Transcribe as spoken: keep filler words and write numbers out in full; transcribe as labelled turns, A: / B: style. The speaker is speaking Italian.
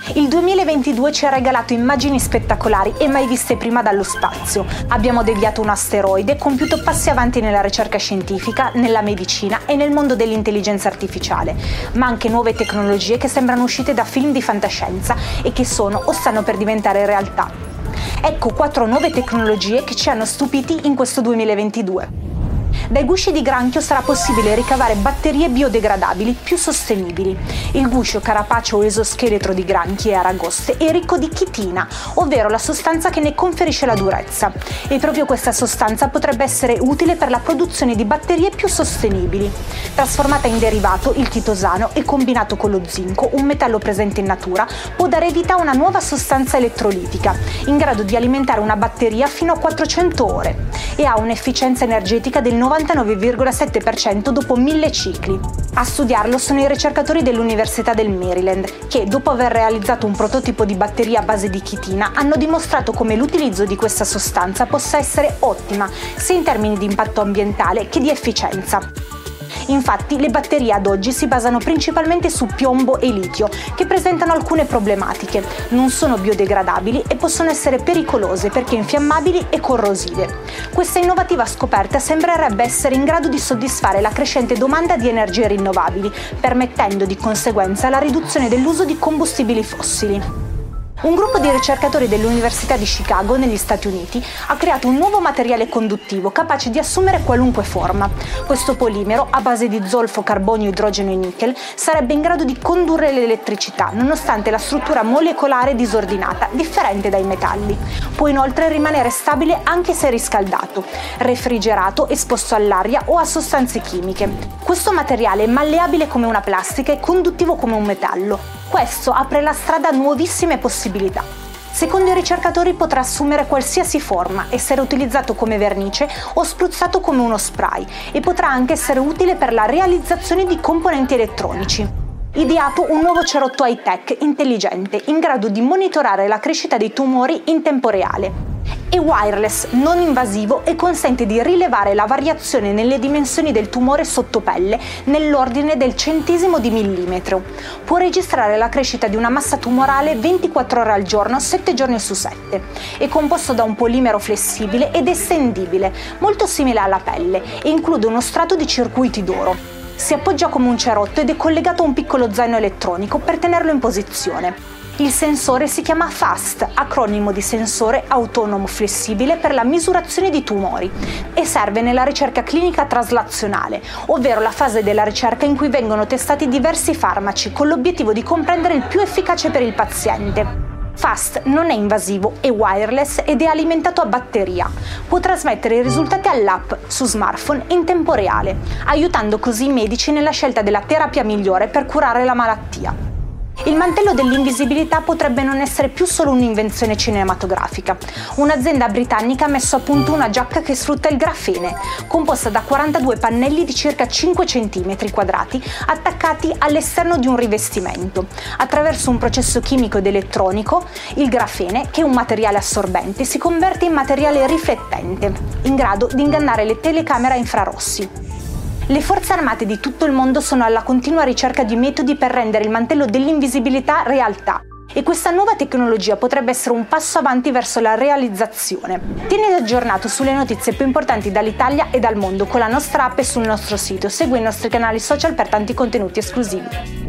A: Il duemilaventidue ci ha regalato immagini spettacolari e mai viste prima dallo spazio. Abbiamo deviato un asteroide, compiuto passi avanti nella ricerca scientifica, nella medicina e nel mondo dell'intelligenza artificiale, ma anche nuove tecnologie che sembrano uscite da film di fantascienza e che sono o stanno per diventare realtà. Ecco quattro nuove tecnologie che ci hanno stupiti in questo duemilaventidue. Dai gusci di granchio sarà possibile ricavare batterie biodegradabili più sostenibili. Il guscio, carapace o esoscheletro di granchi e aragoste è ricco di chitina, ovvero la sostanza che ne conferisce la durezza. E proprio questa sostanza potrebbe essere utile per la produzione di batterie più sostenibili. Trasformata in derivato, il chitosano e combinato con lo zinco, un metallo presente in natura, può dare vita a una nuova sostanza elettrolitica, in grado di alimentare una batteria fino a quattrocento ore, e ha un'efficienza energetica del novantanove virgola sette per cento dopo mille cicli. A studiarlo sono i ricercatori dell'Università del Maryland, che dopo aver realizzato un prototipo di batteria a base di chitina hanno dimostrato come l'utilizzo di questa sostanza possa essere ottima sia in termini di impatto ambientale che di efficienza. Infatti, le batterie ad oggi si basano principalmente su piombo e litio, che presentano alcune problematiche, non sono biodegradabili e possono essere pericolose perché infiammabili e corrosive. Questa innovativa scoperta sembrerebbe essere in grado di soddisfare la crescente domanda di energie rinnovabili, permettendo di conseguenza la riduzione dell'uso di combustibili fossili. Un gruppo di ricercatori dell'Università di Chicago, negli Stati Uniti, ha creato un nuovo materiale conduttivo capace di assumere qualunque forma. Questo polimero, a base di zolfo, carbonio, idrogeno e nickel, sarebbe in grado di condurre l'elettricità, nonostante la struttura molecolare disordinata, differente dai metalli. Può inoltre rimanere stabile anche se riscaldato, refrigerato, esposto all'aria o a sostanze chimiche. Questo materiale è malleabile come una plastica e conduttivo come un metallo. Questo apre la strada a nuovissime possibilità. Secondo i ricercatori potrà assumere qualsiasi forma, essere utilizzato come vernice o spruzzato come uno spray e potrà anche essere utile per la realizzazione di componenti elettronici. Ideato un nuovo cerotto high-tech intelligente in grado di monitorare la crescita dei tumori in tempo reale. È wireless, non invasivo e consente di rilevare la variazione nelle dimensioni del tumore sotto pelle nell'ordine del centesimo di millimetro. Può registrare la crescita di una massa tumorale ventiquattro ore al giorno, sette giorni su sette. È composto da un polimero flessibile ed estendibile, molto simile alla pelle, e include uno strato di circuiti d'oro. Si appoggia come un cerotto ed è collegato a un piccolo zaino elettronico per tenerlo in posizione. Il sensore si chiama FAST, acronimo di sensore autonomo flessibile per la misurazione di tumori, e serve nella ricerca clinica traslazionale, ovvero la fase della ricerca in cui vengono testati diversi farmaci con l'obiettivo di comprendere il più efficace per il paziente. FAST non è invasivo, è wireless ed è alimentato a batteria. Può trasmettere i risultati all'app su smartphone in tempo reale, aiutando così i medici nella scelta della terapia migliore per curare la malattia. Il mantello dell'invisibilità potrebbe non essere più solo un'invenzione cinematografica. Un'azienda britannica ha messo a punto una giacca che sfrutta il grafene, composta da quarantadue pannelli di circa cinque centimetri quadrati attaccati all'esterno di un rivestimento. Attraverso un processo chimico ed elettronico, il grafene, che è un materiale assorbente, si converte in materiale riflettente, in grado di ingannare le telecamere a infrarossi. Le forze armate di tutto il mondo sono alla continua ricerca di metodi per rendere il mantello dell'invisibilità realtà, e questa nuova tecnologia potrebbe essere un passo avanti verso la realizzazione. Tieni aggiornato sulle notizie più importanti dall'Italia e dal mondo con la nostra app e sul nostro sito. Segui i nostri canali social per tanti contenuti esclusivi.